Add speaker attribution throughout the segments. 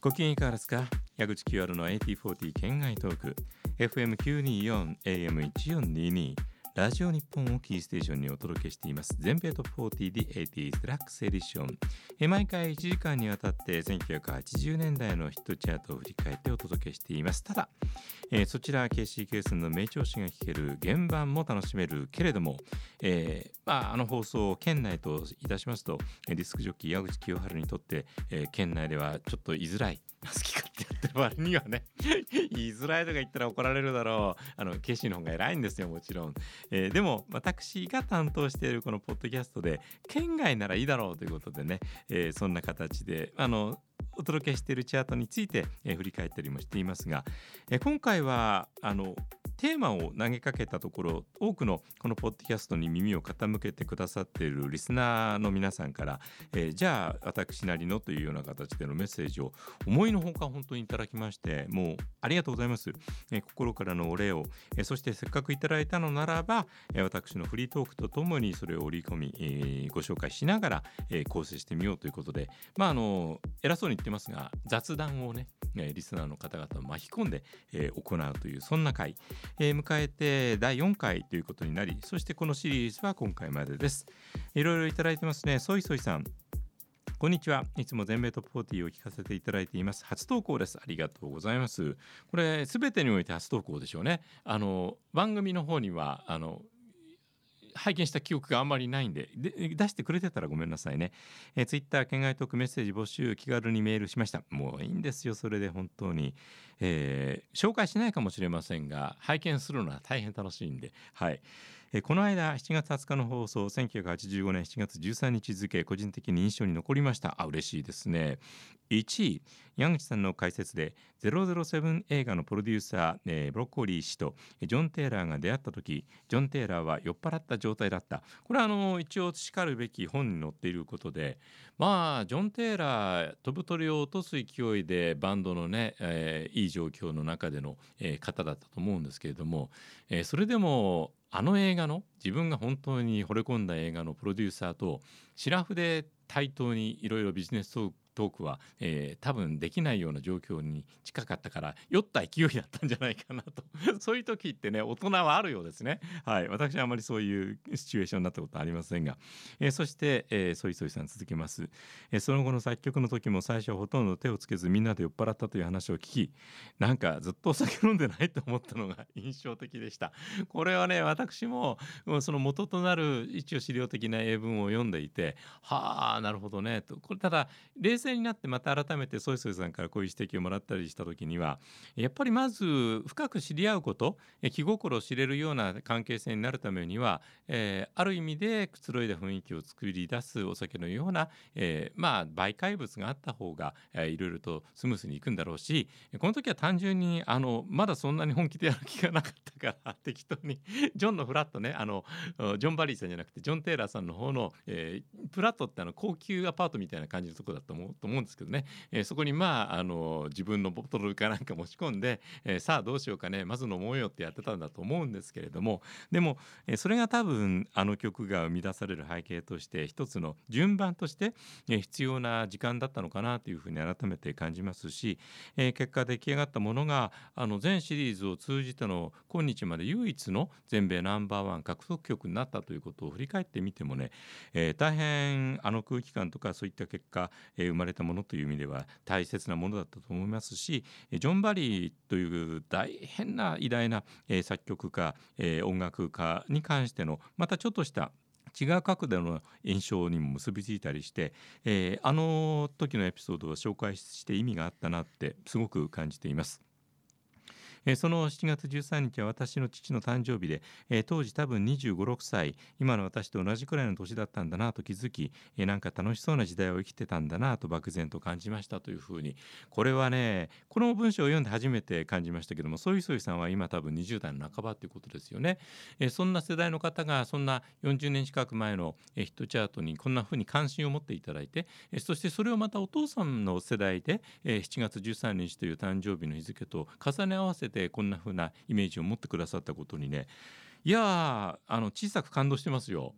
Speaker 1: ご機嫌いかがですか。矢口清春の8040県外トーク FM924 AM1422 ラジオ日本をキーステーションにお届けしています全米トップ40 The 80s デラックスエディション。毎回1時間にわたって1980年代のヒットチャートを振り返ってお届けしています。ただ、そちら KC ケースの名調子が聞ける原版も楽しめるけれども、あの放送を県内といたしますとディスクジョッキー矢口清春にとって、県内ではちょっと言いづらい好き勝手やってる割にはね言いづらいとか言ったら怒られるだろう。ケイシーの方が偉いんですよ、もちろん。でも私が担当しているこのポッドキャストで県外ならいいだろうということでね、そんな形でお届けしているチャートについて、振り返ったりもしていますが、今回はテーマを投げかけたところ多くのこのポッドキャストに耳を傾けてくださっているリスナーの皆さんから、じゃあ私なりのというような形でのメッセージを思いのほか本当にいただきまして、もうありがとうございます。心からのお礼を、そしてせっかくいただいたのならば、私のフリートークとともにそれを織り込み、ご紹介しながら、構成してみようということで、偉そうに言ってますが雑談をね、リスナーの方々を巻き込んで、行うというそんな回、迎えて第4回ということになり、そしてこのシリーズは今回までです。いろいろいただいてますね。ソイソイさん、こんにちは。いつも全米トップ40を聞かせていただいています。初投稿です。ありがとうございます。これ全てにおいて初投稿でしょうね。番組の方には拝見した記憶があんまりないんで、出してくれてたらごめんなさいね。ツイッター県外トークメッセージ募集、気軽にメールしました。もういいんですよ、それで本当に、紹介しないかもしれませんが拝見するのは大変楽しいんで、はい。この間7月20日の放送、1985年7月13日付、個人的に印象に残りました。嬉しいですね。1位、矢口さんの解説で007映画のプロデューサー、ブロッコリー氏とジョン・テイラーが出会った時、ジョン・テイラーは酔っ払った状態だった。これは一応しかるべき本に載っていることで、ジョン・テイラー飛ぶ鳥を落とす勢いでバンドのね、いい状況の中での、方だったと思うんですけれども、それでも映画の自分が本当に惚れ込んだ映画のプロデューサーとシラフで対等にいろいろビジネストークは、多分できないような状況に近かったから酔った勢いだったんじゃないかなとそういう時ってね、大人はあるようですね。はい、私はあまりそういうシチュエーションになったことはありませんが、そして、ソイソイさん続けます。その後の作曲の時も最初はほとんど手をつけずみんなで酔っ払ったという話を聞き、なんかずっとお酒飲んでないと思ったのが印象的でした。これはね、私もその元となる一応資料的な英文を読んでいて、はあなるほどねと。これただ冷静になってまた改めてソイソイさんからこういう指摘をもらったりした時には、やっぱりまず深く知り合うこと、気心を知れるような関係性になるためには、ある意味でくつろいだ雰囲気を作り出すお酒のような、媒介物があった方が、いろいろとスムースにいくんだろうし、この時は単純にまだそんなに本気でやる気がなかったから適当にジョンのフラットね、ジョン・バリーさんじゃなくてジョン・テイラーさんの方の、フラットって高級アパートみたいな感じのところだと思うんですけどね、そこに自分のボトルかなんか持ち込んで、さあどうしようかね、まず飲もうよってやってたんだと思うんですけれども、でも、それが多分曲が生み出される背景として一つの順番として、必要な時間だったのかなというふうに改めて感じますし、結果出来上がったものが全シリーズを通じての今日まで唯一の全米ナンバーワン獲得曲になったということを振り返ってみてもね、大変空気感とかそういった結果、生まれたものという意味では大切なものだったと思いますし、ジョン・バリーという大変な偉大な、作曲家、音楽家に関してのまたちょっとした違う角度の印象にも結びついたりして、あの時のエピソードを紹介して意味があったなってすごく感じています。その7月13日は私の父の誕生日で、当時多分25、6歳、今の私と同じくらいの年だったんだなと気づき、なんか楽しそうな時代を生きてたんだなと漠然と感じましたというふうに、これはね、この文章を読んで初めて感じましたけども、ソイソイさんは今多分20代の半ばということですよね。そんな世代の方がそんな40年近く前のヒットチャートにこんなふうに関心を持っていただいて、そしてそれをまたお父さんの世代で、7月13日という誕生日の日付と重ね合わせてこんな風なイメージを持ってくださったことにね、いや小さく感動してますよ。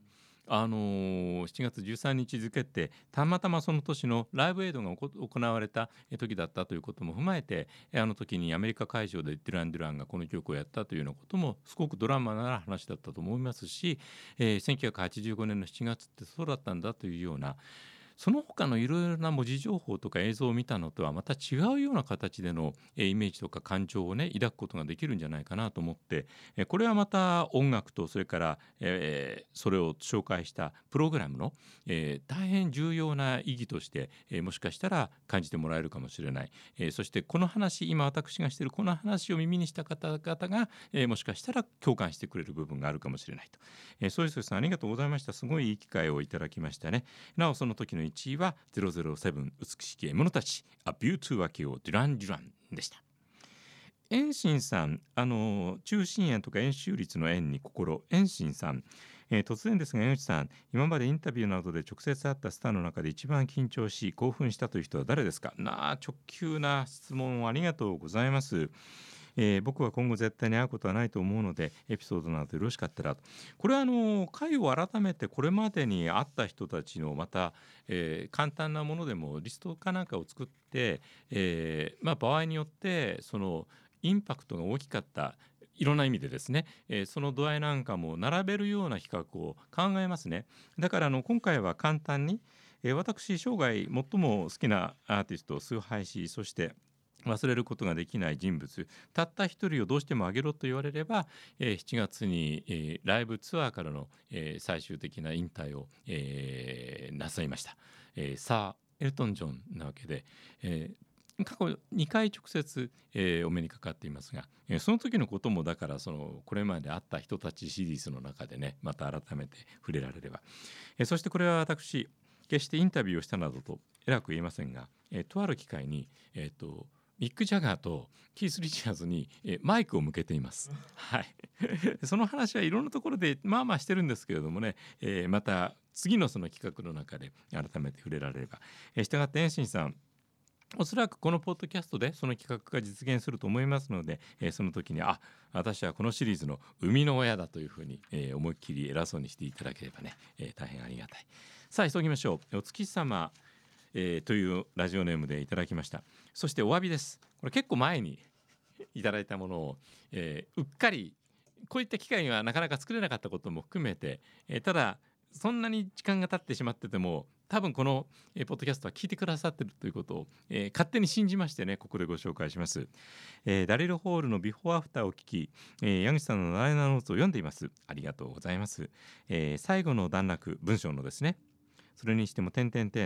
Speaker 1: 7月13日付ってたまたまその年のライブエイドが行われた時だったということも踏まえて、あの時にアメリカ会場でデュラン・デュランがこの曲をやったというようなこともすごくドラマな話だったと思いますし、1985年の7月ってそうだったんだというような、その他のいろいろな文字情報とか映像を見たのとはまた違うような形でのイメージとか感情をね抱くことができるんじゃないかなと思って、これはまた音楽とそれから、それを紹介したプログラムの、大変重要な意義として、もしかしたら感じてもらえるかもしれない、そしてこの話、今私がしているこの話を耳にした方々が、もしかしたら共感してくれる部分があるかもしれないと、そういうさんありがとうございました。すごいいい機会をいただきましたね。なおその時の1位は007美しき獲物たち A View to Akio デュラン・デュランでした。遠心さん、中心円とか円周率の円に心、遠心さん、突然ですが江口さん、今までインタビューなどで直接会ったスターの中で一番緊張し興奮したという人は誰ですか。直球な質問をありがとうございます。僕は今後絶対に会うことはないと思うのでエピソードなどよろしかったらと。これは回を改めてこれまでに会った人たちのまた、簡単なものでもリストかなんかを作って、場合によってそのインパクトが大きかったいろんな意味でですね、その度合いなんかも並べるような比較を考えますね。だから今回は簡単に、私生涯最も好きなアーティスト崇拝し、そして忘れることができない人物たった一人をどうしても挙げろと言われれば、7月に、ライブツアーからの、最終的な引退を、なさいました、サー・エルトン・ジョンなわけで、過去2回直接、お目にかかっていますが、その時のこともだからこれまで会った人たちシリーズの中でねまた改めて触れられれば、そしてこれは私決してインタビューをしたなどと偉く言えませんが、とある機会に、ミック・ジャガーとキース・リチャーズにマイクを向けています、はい、その話はいろんなところでまあしてるんですけれどもね、また次のその企画の中で改めて触れられれば、したがって遠心さんおそらくこのポッドキャストでその企画が実現すると思いますので、その時に私はこのシリーズの生みの親だというふうに、思いっきり偉そうにしていただければね、大変ありがたい。さあ急ぎましょう。お月様、というラジオネームでいただきました。そしてお詫びです。これ結構前にいただいたものを、うっかりこういった機会がなかなか作れなかったことも含めて、ただそんなに時間が経ってしまってても多分この、ポッドキャストは聞いてくださってるということを、勝手に信じましてねここでご紹介します。ダリル・ホールのビフォーアフターを聞き、矢口さんのライナーノーツを読んでいます。ありがとうございます。最後の段落文章のですね、それにしても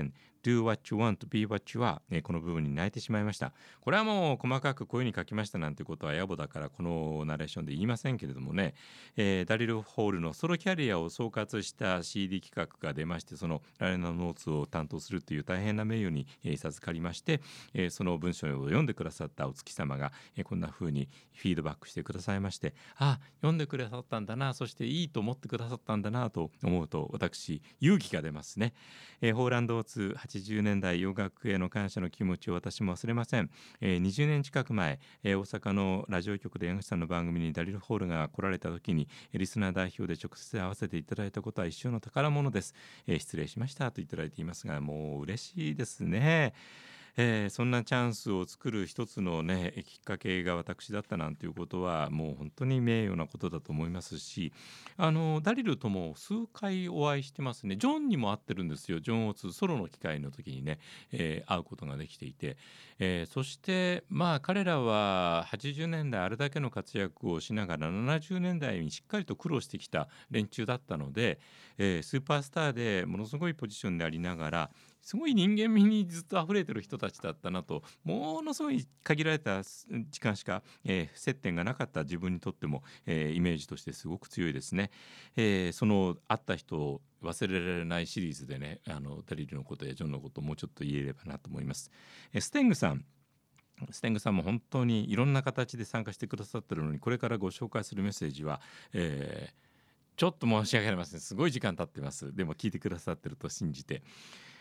Speaker 1: Do what you want, be what you are、この部分に泣いてしまいました。これはもう細かくこういうふうに書きましたなんてことは野暮だからこのナレーションで言いませんけれどもね、ダリル・ホールのソロキャリアを総括した CD 企画が出まして、そのライナーノーツを担当するという大変な名誉に、授かりまして、その文章を読んでくださったお月様が、こんなふうにフィードバックしてくださいまして、読んでくださったんだな、そしていいと思ってくださったんだなと思うと私勇気が出ますね。ホーランドオーツ80年代洋楽への感謝の気持ちを私も忘れません。20年近く前、大阪のラジオ局で矢口さんの番組にダリル・ホールが来られた時にリスナー代表で直接会わせていただいたことは一生の宝物です。失礼しましたといただいていますが、もう嬉しいですね。そんなチャンスを作る一つのねきっかけが私だったなんていうことはもう本当に名誉なことだと思いますし、ダリルとも数回お会いしてますね。ジョンにも会ってるんですよ。ジョン・オーツソロの機会の時にね、会うことができていて、そして彼らは80年代あれだけの活躍をしながら70年代にしっかりと苦労してきた連中だったので、スーパースターでものすごいポジションでありながらすごい人間味にずっと溢れてる人たちだったなと、ものすごい限られた時間しか、接点がなかった自分にとっても、イメージとしてすごく強いですね。その会った人を忘れられないシリーズでね、ダリルのことやジョンのことをもうちょっと言えればなと思います。ステングさんも本当にいろんな形で参加してくださってるのに、これからご紹介するメッセージは、ちょっと申し訳ありません。すごい時間経ってます。でも聞いてくださってると信じて、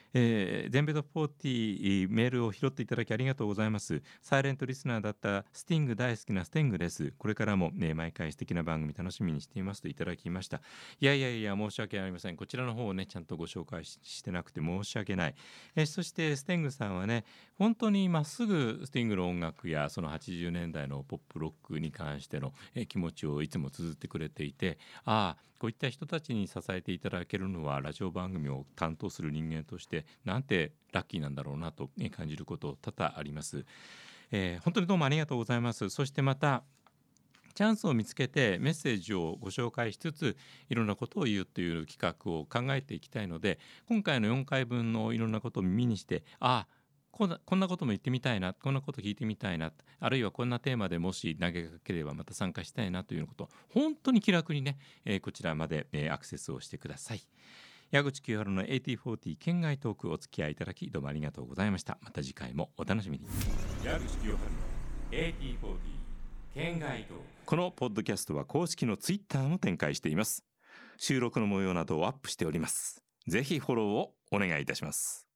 Speaker 1: 全米トップ40メールを拾っていただきありがとうございます。サイレントリスナーだったスティング大好きなスティングです。これからも、毎回素敵な番組楽しみにしていますといただきました。いや申し訳ありません。こちらの方をねちゃんとご紹介してなくて申し訳ない。そしてスティングさんはね本当にまっすぐスティングの音楽やその80年代のポップロックに関しての気持ちをいつも綴ってくれていて、こういった人たちに支えていただけるのはラジオ番組を担当する人間としてなんてラッキーなんだろうなと感じること多々あります。本当にどうもありがとうございます。そしてまたチャンスを見つけてメッセージをご紹介しつついろんなことを言うという企画を考えていきたいので、今回の4回分のいろんなことを耳にしてこんなことも言ってみたいな、こんなこと聞いてみたいな、あるいはこんなテーマでもし投げかければまた参加したいなということ、本当に気楽にね、こちらまで、アクセスをしてください。矢口清原の AT40 県外トークお付き合いいただきどうもありがとうございました。また次回もお楽しみに。矢口清原の AT40 県外トーク。このポッドキャストは公式のツイッターも展開しています。収録の模様などをアップしております。ぜひフォローをお願いいたします。